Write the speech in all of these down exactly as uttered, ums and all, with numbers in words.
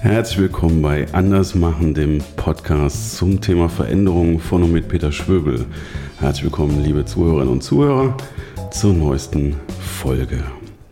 Herzlich willkommen bei Andersmachen, dem Podcast zum Thema Veränderung von und mit Peter Schwöbel. Herzlich willkommen, liebe Zuhörerinnen und Zuhörer, zur neuesten Folge.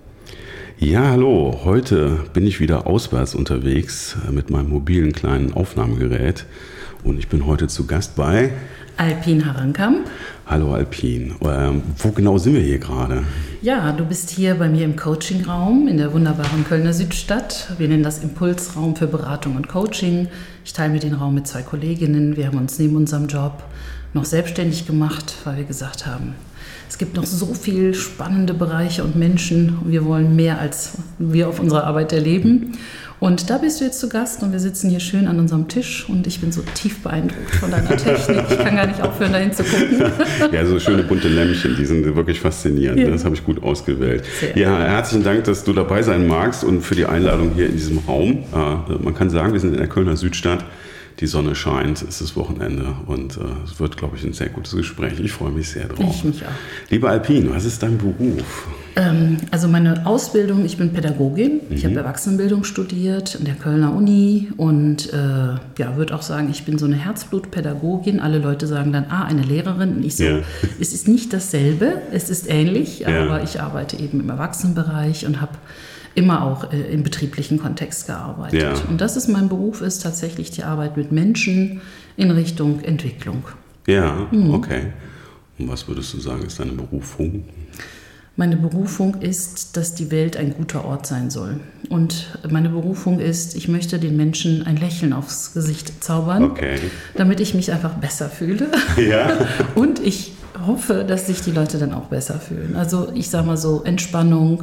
Ja, hallo, heute bin ich wieder auswärts unterwegs mit meinem mobilen kleinen Aufnahmegerät und ich bin heute zu Gast bei Alpin Harankamp. Hallo Alpin, ähm, wo genau sind wir hier gerade? Ja, du bist hier bei mir im Coachingraum in der wunderbaren Kölner Südstadt. Wir nennen das Impulsraum für Beratung und Coaching. Ich teile mir den Raum mit zwei Kolleginnen. Wir haben uns neben unserem Job noch selbstständig gemacht, weil wir gesagt haben, es gibt noch so viele spannende Bereiche und Menschen. Wir wollen mehr, als wir auf unserer Arbeit erleben. Und da bist du jetzt zu Gast und wir sitzen hier schön an unserem Tisch und ich bin so tief beeindruckt von deiner Technik. Ich kann gar nicht aufhören, dahin zu gucken. Ja, so schöne bunte Lämpchen, die sind wirklich faszinierend. Ja. Das habe ich gut ausgewählt. Sehr ja, herzlichen Dank, dass du dabei sein magst und für die Einladung hier in diesem Raum. Man kann sagen, wir sind in der Kölner Südstadt. Die Sonne scheint, es ist Wochenende und äh, es wird, glaube ich, ein sehr gutes Gespräch. Ich freue mich sehr drauf. Ich mich auch. Liebe Alpin, was ist dein Beruf? Ähm, also meine Ausbildung, ich bin Pädagogin. Mhm. Ich habe Erwachsenenbildung studiert an der Kölner Uni und äh, ja, würde auch sagen, ich bin so eine Herzblutpädagogin. Alle Leute sagen dann, ah, eine Lehrerin. Und ich so, ja. Es ist nicht dasselbe, es ist ähnlich, ja. aber ich arbeite eben im Erwachsenenbereich und habe immer auch äh, im betrieblichen Kontext gearbeitet. Ja. Und das ist mein Beruf, ist tatsächlich die Arbeit mit Menschen in Richtung Entwicklung. Ja, mhm. Okay. Und was würdest du sagen, ist deine Berufung? Meine Berufung ist, dass die Welt ein guter Ort sein soll. Und meine Berufung ist, ich möchte den Menschen ein Lächeln aufs Gesicht zaubern, okay. damit ich mich einfach besser fühle. Ja. Und ich hoffe, dass sich die Leute dann auch besser fühlen. Also ich sage mal so, Entspannung,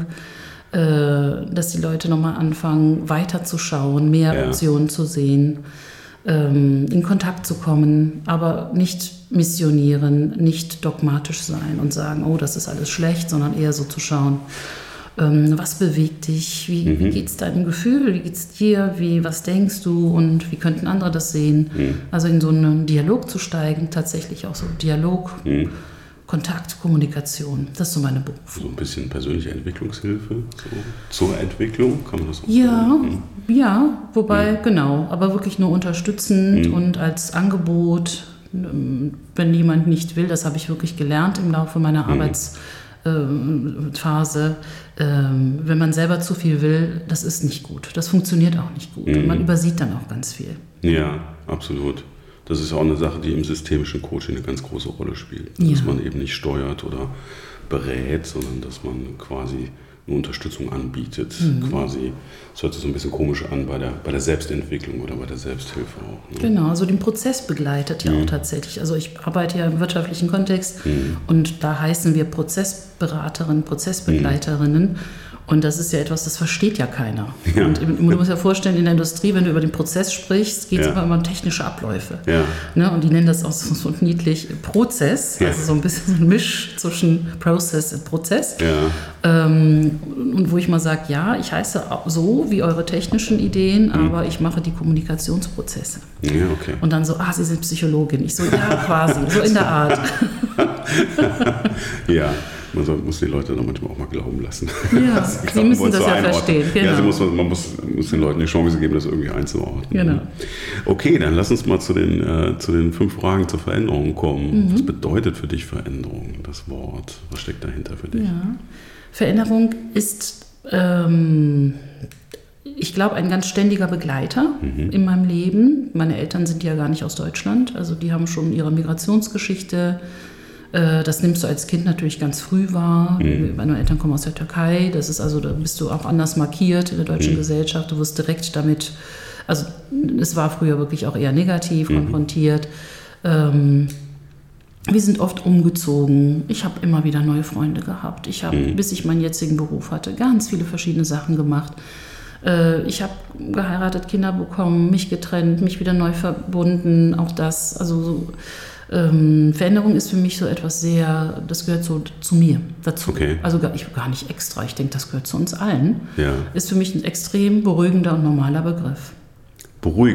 dass die Leute nochmal anfangen, weiterzuschauen, mehr ja. Optionen zu sehen, in Kontakt zu kommen, aber nicht missionieren, nicht dogmatisch sein und sagen, oh, das ist alles schlecht, sondern eher so zu schauen, was bewegt dich, wie, mhm. wie geht es deinem Gefühl, wie geht es dir, wie, was denkst du und wie könnten andere das sehen? Mhm. Also in so einen Dialog zu steigen, tatsächlich auch so Dialog, mhm. Kontakt, Kommunikation, das ist so meine Berufung. So ein bisschen persönliche Entwicklungshilfe so, zur Entwicklung, kann man das so ja, sagen? Ja, wobei, mhm. genau, aber wirklich nur unterstützend mhm. und als Angebot, wenn jemand nicht will, das habe ich wirklich gelernt im Laufe meiner mhm. Arbeitsphase, wenn man selber zu viel will, das ist nicht gut, das funktioniert auch nicht gut mhm. und man übersieht dann auch ganz viel. Ja, absolut. Das ist auch eine Sache, die im systemischen Coaching eine ganz große Rolle spielt. Ja. Dass man eben nicht steuert oder berät, sondern dass man quasi eine Unterstützung anbietet. Mhm. Quasi, das hört sich so ein bisschen komisch an bei der, bei der Selbstentwicklung oder bei der Selbsthilfe auch. Ne? Genau, also den Prozess begleitet ja mhm. auch tatsächlich. Also ich arbeite ja im wirtschaftlichen Kontext mhm. und da heißen wir Prozessberaterinnen, Prozessbegleiterinnen. Mhm. Und das ist ja etwas, das versteht ja keiner. Ja. Und du musst dir vorstellen, in der Industrie, wenn du über den Prozess sprichst, geht es ja. immer um technische Abläufe. Ja. Ne? Und die nennen das auch so, so niedlich Prozess, ja. also so ein bisschen so ein Misch zwischen Process und Prozess. Ja. Ähm, und wo ich mal sage, ja, ich heiße so wie eure technischen Ideen, mhm. aber ich mache die Kommunikationsprozesse. Ja, okay. Und dann so, ah, Sie sind Psychologin. Ich so, ja, quasi, so in der Art. Ja. Man soll, muss die Leute dann manchmal auch mal glauben lassen. Ja, sie, sie müssen das ja einordnen. Verstehen. Genau. Ja, sie muss, man muss, muss den Leuten die Chance geben, das irgendwie einzuordnen. Genau. Okay, dann lass uns mal zu den, äh, zu den fünf Fragen zur Veränderung kommen. Mhm. Was bedeutet für dich Veränderung, das Wort? Was steckt dahinter für dich? Ja. Veränderung ist, ähm, ich glaube, ein ganz ständiger Begleiter mhm. in meinem Leben. Meine Eltern sind ja gar nicht aus Deutschland, also die haben schon ihre Migrationsgeschichte. Das nimmst du als Kind natürlich ganz früh wahr. Mhm. Meine Eltern kommen aus der Türkei. Das ist also, da bist du auch anders markiert in der deutschen mhm. Gesellschaft. Du wirst direkt damit, also es war früher wirklich auch eher negativ mhm. konfrontiert. Ähm, wir sind oft umgezogen. Ich habe immer wieder neue Freunde gehabt. Ich habe, mhm. bis ich meinen jetzigen Beruf hatte, ganz viele verschiedene Sachen gemacht. Äh, ich habe geheiratet, Kinder bekommen, mich getrennt, mich wieder neu verbunden. Auch das, also so. Ähm, Veränderung ist für mich so etwas sehr, das gehört so zu mir dazu. Okay. Also gar, ich, gar nicht extra, ich denke, das gehört zu uns allen. Ja. Ist für mich ein extrem beruhigender und normaler Begriff. Beruhigend?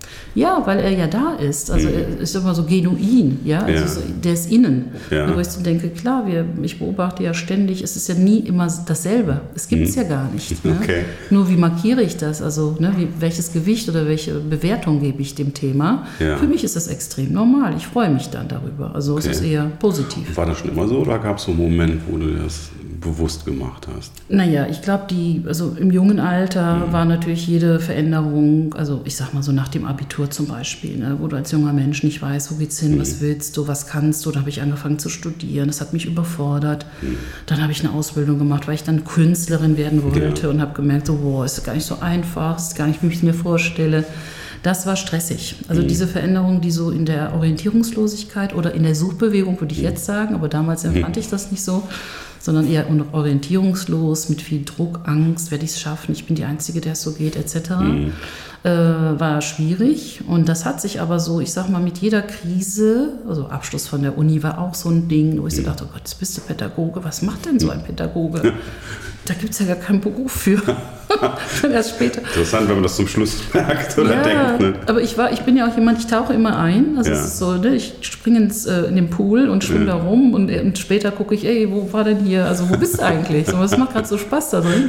Ja, weil er ja da ist. Also mhm. er ist immer so genuin, ja. Also ja. so, der ist innen. Ja. Wo ich so denke, klar, wir, ich beobachte ja ständig, es ist ja nie immer dasselbe. Es gibt es mhm. ja gar nicht. Ne? Okay. Nur wie markiere ich das? Also ne, wie, welches Gewicht oder welche Bewertung gebe ich dem Thema? Ja. Für mich ist das extrem normal. Ich freue mich dann darüber. Also okay. es ist eher positiv. War das schon immer so oder gab es so einen Moment, wo du das bewusst gemacht hast? Naja, ich glaube, die, also im jungen Alter mhm. war natürlich jede Veränderung, also ich sag mal so nach dem Abitur zum Beispiel, ne, wo du als junger Mensch nicht weißt, wo geht's hin, mhm. was willst du, was kannst du, da habe ich angefangen zu studieren, das hat mich überfordert. Mhm. Dann habe ich eine Ausbildung gemacht, weil ich dann Künstlerin werden wollte ja. und habe gemerkt, so, wow, ist gar nicht so einfach, ist gar nicht, wie ich es mir vorstelle. Das war stressig. Also mhm. diese Veränderung, die so in der Orientierungslosigkeit oder in der Suchbewegung, würde ich mhm. jetzt sagen, aber damals empfand mhm. ich das nicht so, sondern eher orientierungslos, mit viel Druck, Angst, werde ich es schaffen, ich bin die Einzige, der es so geht, et cetera. Mhm. Äh, war schwierig und das hat sich aber so, ich sag mal, mit jeder Krise, also Abschluss von der Uni war auch so ein Ding, wo ich so dachte, oh Gott, jetzt bist du Pädagoge, was macht denn so ein Pädagoge? Da gibt es ja gar keinen Beruf für. Erst später. Interessant, wenn man das zum Schluss merkt oder ja, denkt. Ne? Aber ich, war, ich bin ja auch jemand, ich tauche immer ein. Also ja. es ist so, ne, ich springe ins, äh, in den Pool und schwimme ja. da rum und, und später gucke ich, ey, wo war denn hier, also wo bist du eigentlich? So, was macht gerade so Spaß da drin?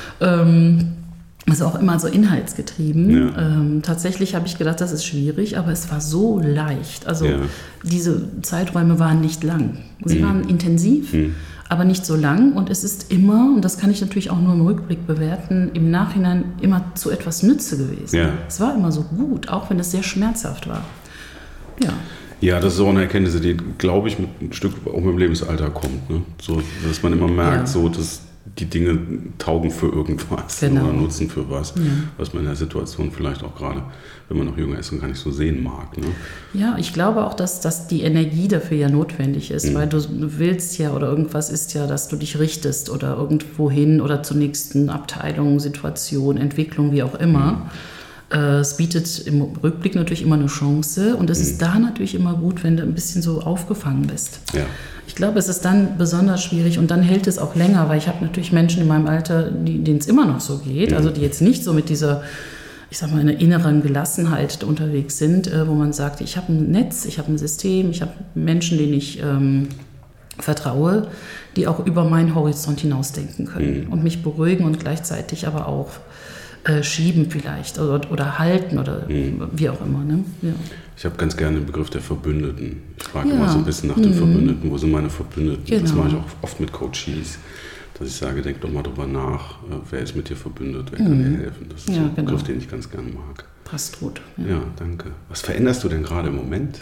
Ähm, also auch immer so inhaltsgetrieben. Ja. Ähm, tatsächlich habe ich gedacht, das ist schwierig, aber es war so leicht. Also ja. diese Zeiträume waren nicht lang. Sie mhm. waren intensiv. Mhm. aber nicht so lang. Und es ist immer, und das kann ich natürlich auch nur im Rückblick bewerten, im Nachhinein immer zu etwas Nütze gewesen. Ja. Es war immer so gut, auch wenn es sehr schmerzhaft war. Ja. Ja, das ist auch eine Erkenntnis, die, glaube ich, mit ein Stück auch mit dem Lebensalter kommt. Ne? So, dass man immer merkt, ja. so, dass die Dinge taugen für irgendwas genau. oder nutzen für was, ja. was man in der Situation vielleicht auch gerade, wenn man noch jünger ist und gar nicht so sehen mag. Ne? Ja, ich glaube auch, dass, dass die Energie dafür ja notwendig ist, mhm. weil du willst ja oder irgendwas ist ja, dass du dich richtest oder irgendwo hin oder zur nächsten Abteilung, Situation, Entwicklung, wie auch immer. Mhm. Es bietet im Rückblick natürlich immer eine Chance und es mhm. ist da natürlich immer gut, wenn du ein bisschen so aufgefangen bist. Ja. Ich glaube, es ist dann besonders schwierig und dann hält es auch länger, weil ich habe natürlich Menschen in meinem Alter, denen es immer noch so geht, mhm. also die jetzt nicht so mit dieser, ich sag mal, einer inneren Gelassenheit unterwegs sind, wo man sagt, ich habe ein Netz, ich habe ein System, ich habe Menschen, denen ich ähm, vertraue, die auch über meinen Horizont hinausdenken können mhm. und mich beruhigen und gleichzeitig aber auch schieben vielleicht oder, oder halten oder mhm. wie auch immer. Ne? Ja. Ich habe ganz gerne den Begriff der Verbündeten. Ich frage ja. immer so ein bisschen nach mhm. den Verbündeten. Wo sind meine Verbündeten? Genau. Das mache ich auch oft mit Coaches, dass ich sage, denk doch mal drüber nach, wer ist mit dir verbündet, wer mhm. kann dir helfen. Das ist ja, so ein genau. Begriff, den ich ganz gerne mag. Passt gut. Ja. ja, danke. Was veränderst du denn gerade im Moment?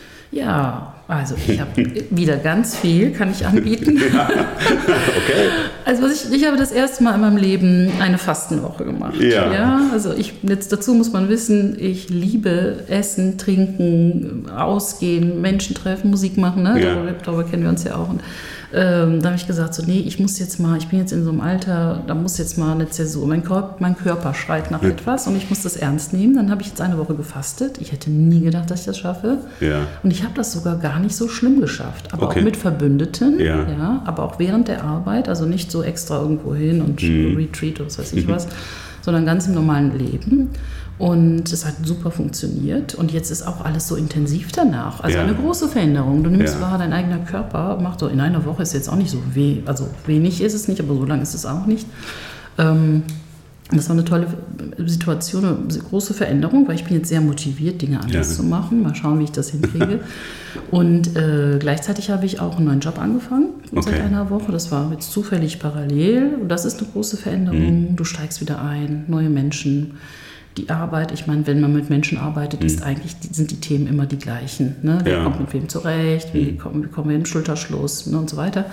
Ja, also ich habe wieder ganz viel, kann ich anbieten. Ja. Okay. Also was ich, ich habe das erste Mal in meinem Leben eine Fastenwoche gemacht. Ja. Ja, also ich, jetzt dazu muss man wissen, ich liebe Essen, Trinken, Ausgehen, Menschen treffen, Musik machen. Ne? Ja. Darüber, darüber kennen wir uns ja auch. Und ähm, da habe ich gesagt, so nee, ich muss jetzt mal, ich bin jetzt in so einem Alter, da muss jetzt mal eine Zäsur. Mein Körper, mein Körper schreit nach ja. etwas und ich muss das ernst nehmen. Dann habe ich jetzt eine Woche gefastet. Ich hätte nie gedacht, dass ich das schaffe. Ja. Und ich habe das sogar gar nicht so schlimm geschafft. Aber okay. auch mit Verbündeten, ja. Ja, aber auch während der Arbeit, also nicht so extra irgendwo hin und mhm. Retreat oder was weiß ich was, sondern ganz im normalen Leben. Und es hat super funktioniert und jetzt ist auch alles so intensiv danach. Also ja. eine große Veränderung. Du nimmst ja. wahr, dein eigener Körper macht so in einer Woche ist jetzt auch nicht so weh, also wenig ist es nicht, aber so lang ist es auch nicht. Ähm, das war eine tolle Situation, eine große Veränderung, weil ich bin jetzt sehr motiviert, Dinge anders ja. zu machen. Mal schauen, wie ich das hinkriege. Und äh, gleichzeitig habe ich auch einen neuen Job angefangen okay. seit einer Woche. Das war jetzt zufällig parallel. Und das ist eine große Veränderung. Mhm. Du steigst wieder ein, neue Menschen. Die Arbeit, ich meine, wenn man mit Menschen arbeitet, mhm. ist eigentlich, sind die Themen immer die gleichen. Ne? Wer ja. kommt mit wem zurecht, wie, mhm. kommen, wie kommen wir in den Schulterschluss, ne? und so weiter.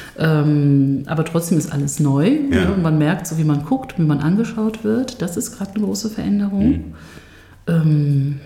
Ähm, aber trotzdem ist alles neu. Ja. Ne? Und man merkt, so wie man guckt, wie man angeschaut wird, das ist gerade eine große Veränderung. Mhm. Ähm,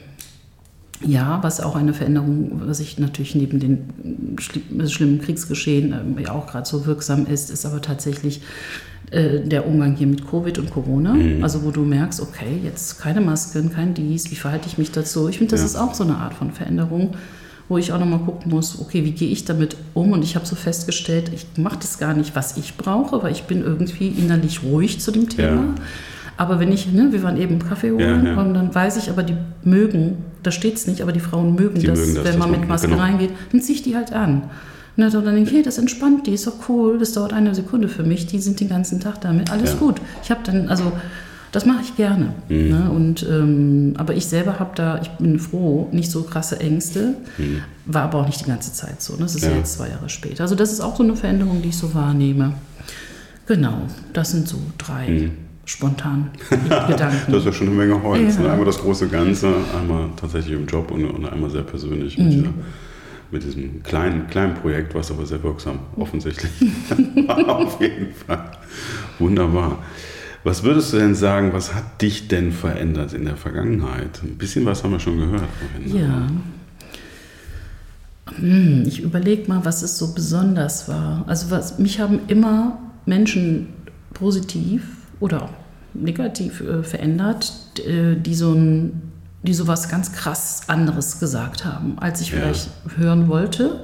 ja, was auch eine Veränderung, was ich natürlich neben dem schli- schlimmen Kriegsgeschehen äh, ja auch gerade so wirksam ist, ist aber tatsächlich der Umgang hier mit Covid und Corona, mhm. also wo du merkst, okay, jetzt keine Masken, kein dies, wie verhalte ich mich dazu? Ich finde, das ja. ist auch so eine Art von Veränderung, wo ich auch nochmal gucken muss, okay, wie gehe ich damit um? Und ich habe so festgestellt, ich mache das gar nicht, was ich brauche, weil ich bin irgendwie innerlich ruhig zu dem Thema. Ja. Aber wenn ich, ne, wir waren eben Kaffee holen ja, ja. und dann weiß ich, aber die mögen, da steht es nicht, aber die Frauen mögen, die das, mögen das, wenn man man, mit Maske genau. reingeht, dann ziehe ich die halt an. Und dann denke ich, hey, das entspannt die, ist doch cool, das dauert eine Sekunde für mich, die sind den ganzen Tag damit, alles ja. gut. Ich habe dann, also das mache ich gerne. Mhm. Ne? Und, ähm, aber ich selber habe da, ich bin froh, nicht so krasse Ängste, mhm. war aber auch nicht die ganze Zeit so. Ne? Das ist ja. ja jetzt zwei Jahre später. Also das ist auch so eine Veränderung, die ich so wahrnehme. Genau, das sind so drei mhm. spontan Gedanken. Das ist ja schon eine Menge Holz. Ja. Ne? Einmal das große Ganze, einmal tatsächlich im Job und, und einmal sehr persönlich. Mhm. Mit dieser, mit diesem kleinen, kleinen Projekt, was aber sehr wirksam offensichtlich war. Auf jeden Fall. Wunderbar. Was würdest du denn sagen, was hat dich denn verändert in der Vergangenheit? Ein bisschen was haben wir schon gehört vorhin. Ja. Hm, ich überlege mal, was es so besonders war. Also was, mich haben immer Menschen positiv oder auch negativ äh, verändert, äh, die so ein, die so was ganz krass anderes gesagt haben, als ich ja. vielleicht hören wollte.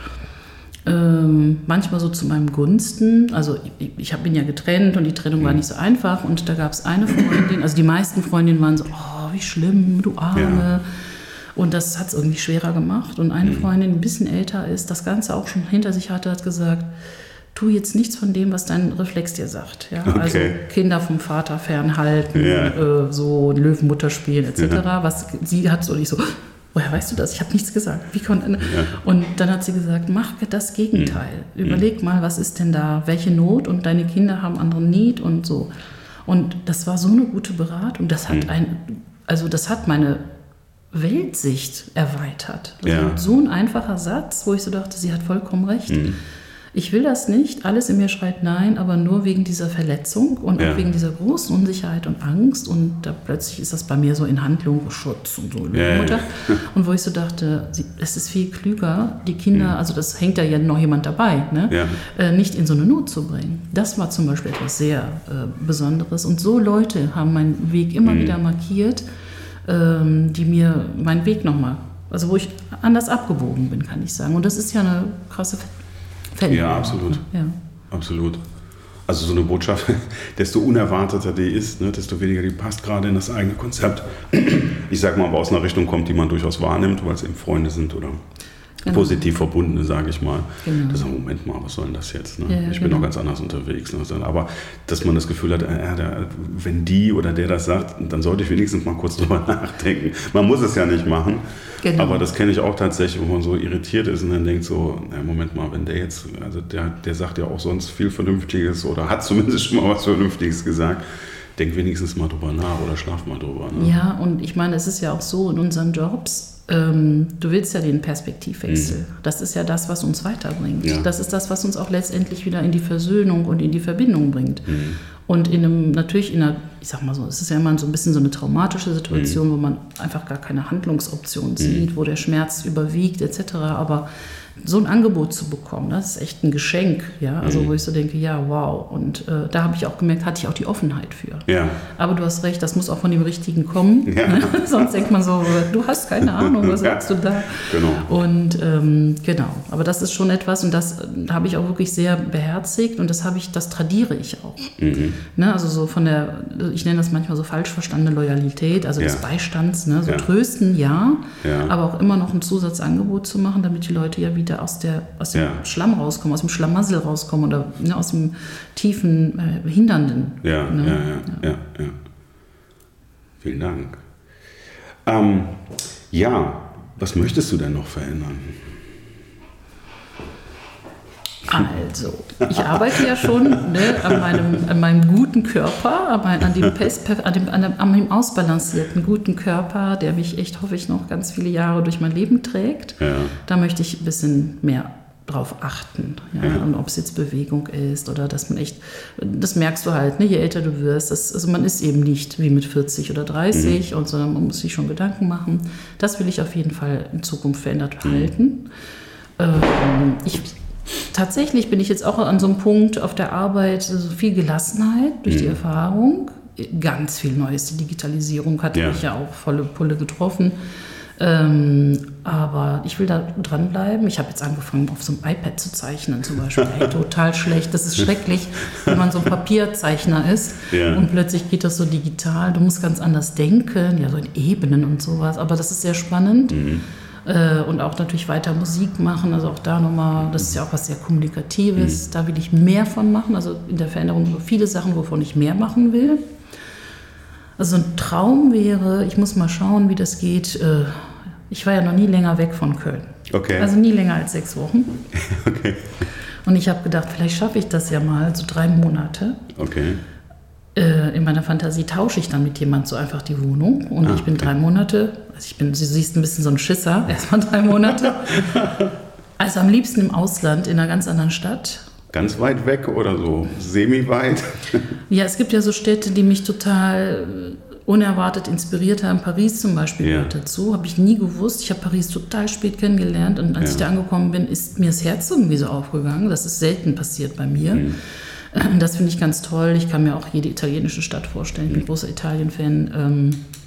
Ähm, manchmal so zu meinem Gunsten, also ich, ich bin ja getrennt und die Trennung mhm. war nicht so einfach und da gab es eine Freundin, also die meisten Freundinnen waren so, oh, wie schlimm, du Arme. Ja. Und das hat es irgendwie schwerer gemacht und eine mhm. Freundin, die ein bisschen älter ist, das Ganze auch schon hinter sich hatte, hat gesagt, tu jetzt nichts von dem, was dein Reflex dir sagt. Ja? Okay. Also Kinder vom Vater fernhalten, ja. äh, so Löwenmutter spielen et cetera. Ja. Was sie hat so nicht so, woher weißt du das? Ich habe nichts gesagt. Wie konnte, ja. Und dann hat sie gesagt, mach das Gegenteil. Mhm. Überleg mal, was ist denn da? Welche Not? Und deine Kinder haben andere Need und so. Und das war so eine gute Beratung. Das hat mhm. ein, also das hat meine Weltsicht erweitert. Also ja. so ein einfacher Satz, wo ich so dachte, sie hat vollkommen recht. Mhm. Ich will das nicht, alles in mir schreit nein, aber nur wegen dieser Verletzung und ja. auch wegen dieser großen Unsicherheit und Angst. Und da plötzlich ist das bei mir so in Handlung, Schutz und so. Ja, ja. Und wo ich so dachte, es ist viel klüger, die Kinder, mhm. also das hängt da ja noch jemand dabei, ne? ja. äh, nicht in so eine Not zu bringen. Das war zum Beispiel etwas sehr äh, Besonderes. Und so Leute haben meinen Weg immer mhm. wieder markiert, ähm, die mir meinen Weg nochmal, also wo ich anders abgebogen bin, kann ich sagen. Und das ist ja eine krasse Veränderung. Ja, absolut. Ja. Absolut. Also so eine Botschaft, desto unerwarteter die ist, ne, desto weniger die passt gerade in das eigene Konzept. Ich sag mal, aber aus einer Richtung kommt, die man durchaus wahrnimmt, weil es eben Freunde sind oder genau. positiv Verbundene, sage ich mal. Genau. Das ist ein Moment mal, was soll denn das jetzt? Ne? Ja, ich bin genau. noch ganz anders unterwegs. Ne? Aber dass man das Gefühl hat, äh, der, wenn die oder der das sagt, dann sollte ich wenigstens mal kurz drüber nachdenken. Man muss es ja nicht machen. Genau. Aber das kenne ich auch tatsächlich, wo man so irritiert ist und dann denkt so, na, Moment mal, wenn der jetzt, also der, der sagt ja auch sonst viel Vernünftiges oder hat zumindest schon mal was Vernünftiges gesagt, denk wenigstens mal drüber nach oder schlaf mal drüber. Ne? Ja, und ich meine, es ist ja auch so in unseren Jobs, ähm, du willst ja den Perspektivwechsel. Mhm. Das ist ja das, was uns weiterbringt. Ja. Das ist das, was uns auch letztendlich wieder in die Versöhnung und in die Verbindung bringt. Mhm. Und in einem, natürlich in einer, ich sag mal so, es ist ja immer so ein bisschen so eine traumatische Situation, mhm. wo man einfach gar keine Handlungsoption sieht, mhm. wo der Schmerz überwiegt et cetera. Aber so ein Angebot zu bekommen, das ist echt ein Geschenk, ja, also mhm. wo ich so denke, ja, wow. Und äh, da habe ich auch gemerkt, hatte ich auch die Offenheit für. Ja. Aber du hast recht, das muss auch von dem Richtigen kommen. Ja. Sonst denkt man so, du hast keine Ahnung, was sagst ja. du da? Genau. Und ähm, genau, aber das ist schon etwas und das habe ich auch wirklich sehr beherzigt und das habe ich, das tradiere ich auch. Mhm. Ne, also so von der, ich nenne das manchmal so falsch verstandene Loyalität, also ja. des Beistands, ne, so ja. trösten, ja, ja, aber auch immer noch ein Zusatzangebot zu machen, damit die Leute ja wieder aus, der, aus dem ja. Schlamm rauskommen, aus dem Schlamassel rauskommen oder ne, aus dem tiefen, äh, hindernden. Ja, ne? ja, ja, ja, ja. Vielen Dank. Ähm, ja, was möchtest du denn noch verändern? Also, ich arbeite ja schon ne, an, meinem, an meinem guten Körper, an, mein, an, dem, an, dem, an, dem, an meinem ausbalancierten guten Körper, der mich echt, hoffe ich, noch ganz viele Jahre durch mein Leben trägt. Ja. Da möchte ich ein bisschen mehr drauf achten. Ja? Ja. Und ob es jetzt Bewegung ist oder dass man echt, das merkst du halt, ne, je älter du wirst, das, also man ist eben nicht wie mit vierzig oder dreißig, mhm. und, sondern man muss sich schon Gedanken machen. Das will ich auf jeden Fall in Zukunft verändert mhm. halten. Ähm, ich Tatsächlich bin ich jetzt auch an so einem Punkt auf der Arbeit, so viel Gelassenheit durch mhm. die Erfahrung, ganz viel Neues. Die Digitalisierung hat ja. mich ja auch volle Pulle getroffen. Ähm, aber ich will da dranbleiben. Ich habe jetzt angefangen, auf so einem iPad zu zeichnen zum Beispiel. Hey, total schlecht. Das ist schrecklich, wenn man so ein Papierzeichner ist ja. und plötzlich geht das so digital. Du musst ganz anders denken, ja, so in Ebenen und sowas. Aber das ist sehr spannend. Mhm. Äh, und auch natürlich weiter Musik machen. Also auch da nochmal, das ist ja auch was sehr Kommunikatives. Mhm. Da will ich mehr von machen. Also in der Veränderung so viele Sachen, wovon ich mehr machen will. Also ein Traum wäre, ich muss mal schauen, wie das geht. Ich war ja noch nie länger weg von Köln. Okay. Also nie länger als sechs Wochen. Okay. Und ich habe gedacht, vielleicht schaffe ich das ja mal, so drei Monate. Okay. In meiner Fantasie tausche ich dann mit jemand so einfach die Wohnung. Und ah, ich bin okay. drei Monate, also ich bin, du siehst ein bisschen so ein Schisser, erstmal drei Monate. Also am liebsten im Ausland, in einer ganz anderen Stadt. Ganz weit weg oder so semi-weit? Ja, es gibt ja so Städte, die mich total unerwartet inspiriert haben. Paris zum Beispiel ja. gehört dazu. Habe ich nie gewusst. Ich habe Paris total spät kennengelernt. Und als ja. ich da angekommen bin, ist mir das Herz irgendwie so aufgegangen. Das ist selten passiert bei mir. Mhm. Das finde ich ganz toll. Ich kann mir auch jede italienische Stadt vorstellen. Ich bin mhm. großer Italien-Fan. Ähm,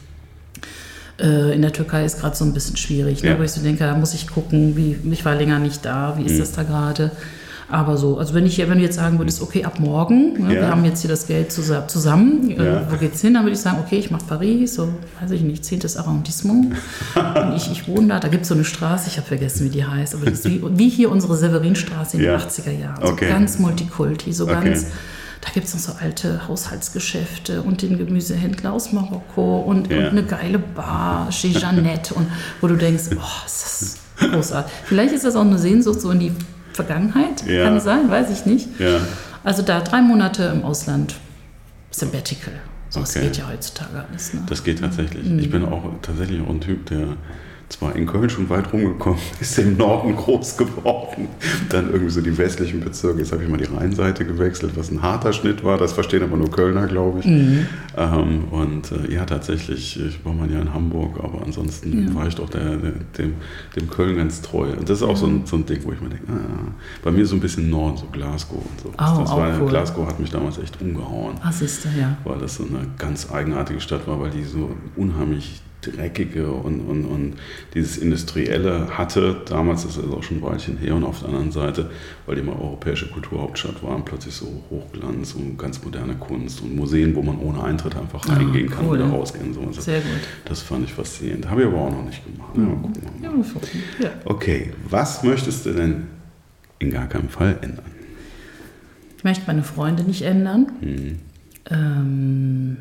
äh, in der Türkei ist gerade so ein bisschen schwierig. Ja. Ne? Wo ich so denke, da muss ich gucken. Wie, ich war länger nicht da. Wie ist mhm. das da gerade? Aber so, also wenn ich wenn du jetzt sagen würdest, okay, ab morgen, ne, ja. wir haben jetzt hier das Geld zusammen, ja. äh, wo geht's hin? Dann würde ich sagen, okay, ich mache Paris, so, weiß ich nicht, zehntes Arrondissement. Und ich, ich wohne da, da gibt es so eine Straße, ich habe vergessen, wie die heißt, aber das ist wie, wie hier unsere Severinstraße in ja. den achtziger Jahren. So okay. ganz Multikulti, so okay. ganz, da gibt es noch so alte Haushaltsgeschäfte und den Gemüsehändler aus Marokko und, ja. und eine geile Bar, chez Jeannette, und wo du denkst, oh, ist das großartig. Vielleicht ist das auch eine Sehnsucht so in die Vergangenheit, ja. kann sein, weiß ich nicht. Ja. Also da drei Monate im Ausland, Sabbatical. So, das okay. geht ja heutzutage alles. Ne? Das geht tatsächlich. Mhm. Ich bin auch tatsächlich auch ein Typ, der zwar in Köln schon weit rumgekommen ist, im Norden groß geworden, dann irgendwie so die westlichen Bezirke. Jetzt habe ich mal die Rheinseite gewechselt, was ein harter Schnitt war. Das verstehen aber nur Kölner, glaube ich. Mhm. Ähm, und äh, ja, tatsächlich, ich war mal ja in Hamburg, aber ansonsten ja. war ich doch der, der, dem, dem Köln ganz treu. Und das ist auch so ein, so ein Ding, wo ich mir denke, ah, bei mir so ein bisschen Norden, so Glasgow und so. Oh, das war, cool. Glasgow hat mich damals echt umgehauen. Ach, siehst du, ja. Weil das so eine ganz eigenartige Stadt war, weil die so unheimlich dreckige und, und, und dieses Industrielle hatte, damals ist es auch schon ein Weilchen her, und auf der anderen Seite, weil die mal europäische Kulturhauptstadt waren, plötzlich so Hochglanz und ganz moderne Kunst und Museen, wo man ohne Eintritt einfach reingehen ah, cool. kann und wieder rausgehen. So. Also sehr gut. Das fand ich faszinierend. Habe ich aber auch noch nicht gemacht. Mhm. Ja, mal gucken wir mal. Ja, okay, was möchtest du denn in gar keinem Fall ändern? Ich möchte meine Freunde nicht ändern. Mhm. Ähm...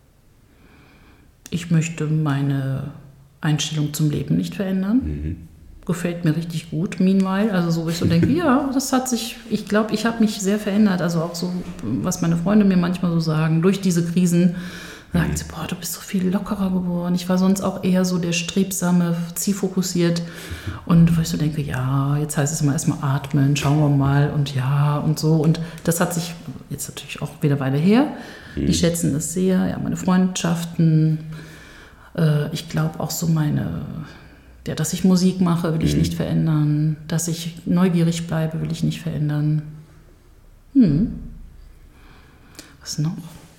Ich möchte meine Einstellung zum Leben nicht verändern. Mhm. Gefällt mir richtig gut, meanwhile. Also so, wo ich so denke, ja, das hat sich, ich glaube, ich habe mich sehr verändert. Also auch so, was meine Freunde mir manchmal so sagen, durch diese Krisen, sagen sie, boah, du bist so viel lockerer geworden. Ich war sonst auch eher so der strebsame, zielfokussiert. Und wo ich so denke, ja, jetzt heißt es immer erstmal atmen, schauen wir mal und ja und so. Und das hat sich jetzt natürlich auch wieder Weile her. Die schätzen das sehr, ja, meine Freundschaften. Äh, ich glaube auch so meine, ja, dass ich Musik mache, will ich mhm. nicht verändern. Dass ich neugierig bleibe, will ich nicht verändern. Hm. Was noch?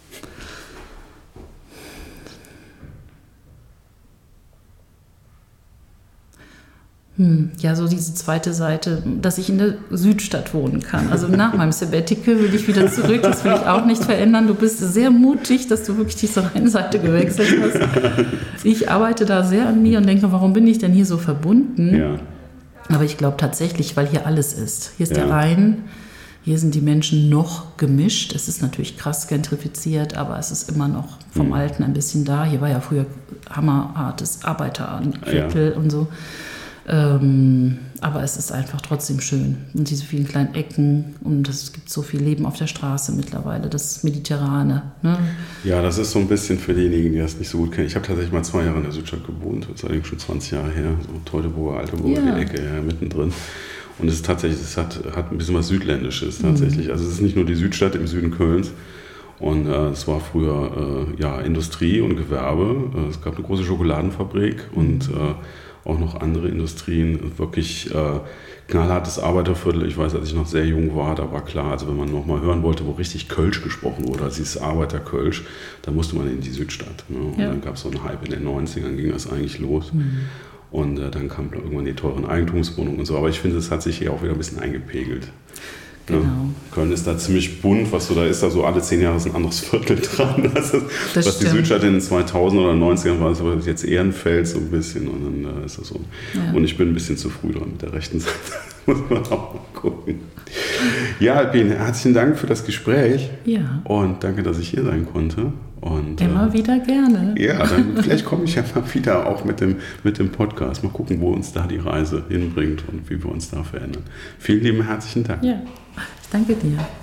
Hm, ja, so diese zweite Seite, dass ich in der Südstadt wohnen kann. Also nach meinem Sabbatical will ich wieder zurück, das will ich auch nicht verändern. Du bist sehr mutig, dass du wirklich diese Rheinseite gewechselt hast. Ich arbeite da sehr an mir und denke, warum bin ich denn hier so verbunden? Ja. Aber ich glaube tatsächlich, weil hier alles ist. Hier ist ja. der Rhein, hier sind die Menschen noch gemischt. Es ist natürlich krass gentrifiziert, aber es ist immer noch vom mhm. Alten ein bisschen da. Hier war ja früher hammerhartes Arbeiterviertel ja. und so. Ähm, aber es ist einfach trotzdem schön. Und diese vielen kleinen Ecken, und es gibt so viel Leben auf der Straße mittlerweile, das Mediterrane. Ne? Ja, das ist so ein bisschen für diejenigen, die das nicht so gut kennen. Ich habe tatsächlich mal zwei Jahre in der Südstadt gewohnt, das ist allerdings schon zwanzig Jahre her, so Teutoburger, Altenburger, ja. die Ecke, ja, mittendrin. Und es ist tatsächlich, es hat, hat ein bisschen was Südländisches tatsächlich. Mhm. Also es ist nicht nur die Südstadt im Süden Kölns. Und äh, es war früher äh, ja, Industrie und Gewerbe. Es gab eine große Schokoladenfabrik und äh, auch noch andere Industrien, wirklich äh, knallhartes Arbeiterviertel. Ich weiß, als ich noch sehr jung war, da war klar, also wenn man noch mal hören wollte, wo richtig Kölsch gesprochen wurde, also dieses Arbeiterkölsch, da musste man in die Südstadt. Ne? Und ja. dann gab es so einen Hype in den neunzigern, ging das eigentlich los. Mhm. Und äh, dann kamen irgendwann die teuren Eigentumswohnungen und so. Aber ich finde, es hat sich hier auch wieder ein bisschen eingepegelt. Genau. Ja. Köln ist da ziemlich bunt, was so da ist, da so alle zehn Jahre ist ein anderes Viertel dran. Das ist, das was stimmt. die Südstadt in den zweitausend oder neunzigern war, ist aber jetzt Ehrenfeld so ein bisschen. Und dann äh, ist das so. Ja. Und ich bin ein bisschen zu früh dran mit der rechten Seite. Muss man auch mal gucken. Ja, Alpin, herzlichen Dank für das Gespräch. Ja. Und danke, dass ich hier sein konnte. Und, Immer äh, wieder gerne. Ja, dann vielleicht komme ich ja mal wieder auch mit dem, mit dem Podcast. Mal gucken, wo uns da die Reise hinbringt und wie wir uns da verändern. Vielen lieben herzlichen Dank. Ja, ich danke dir.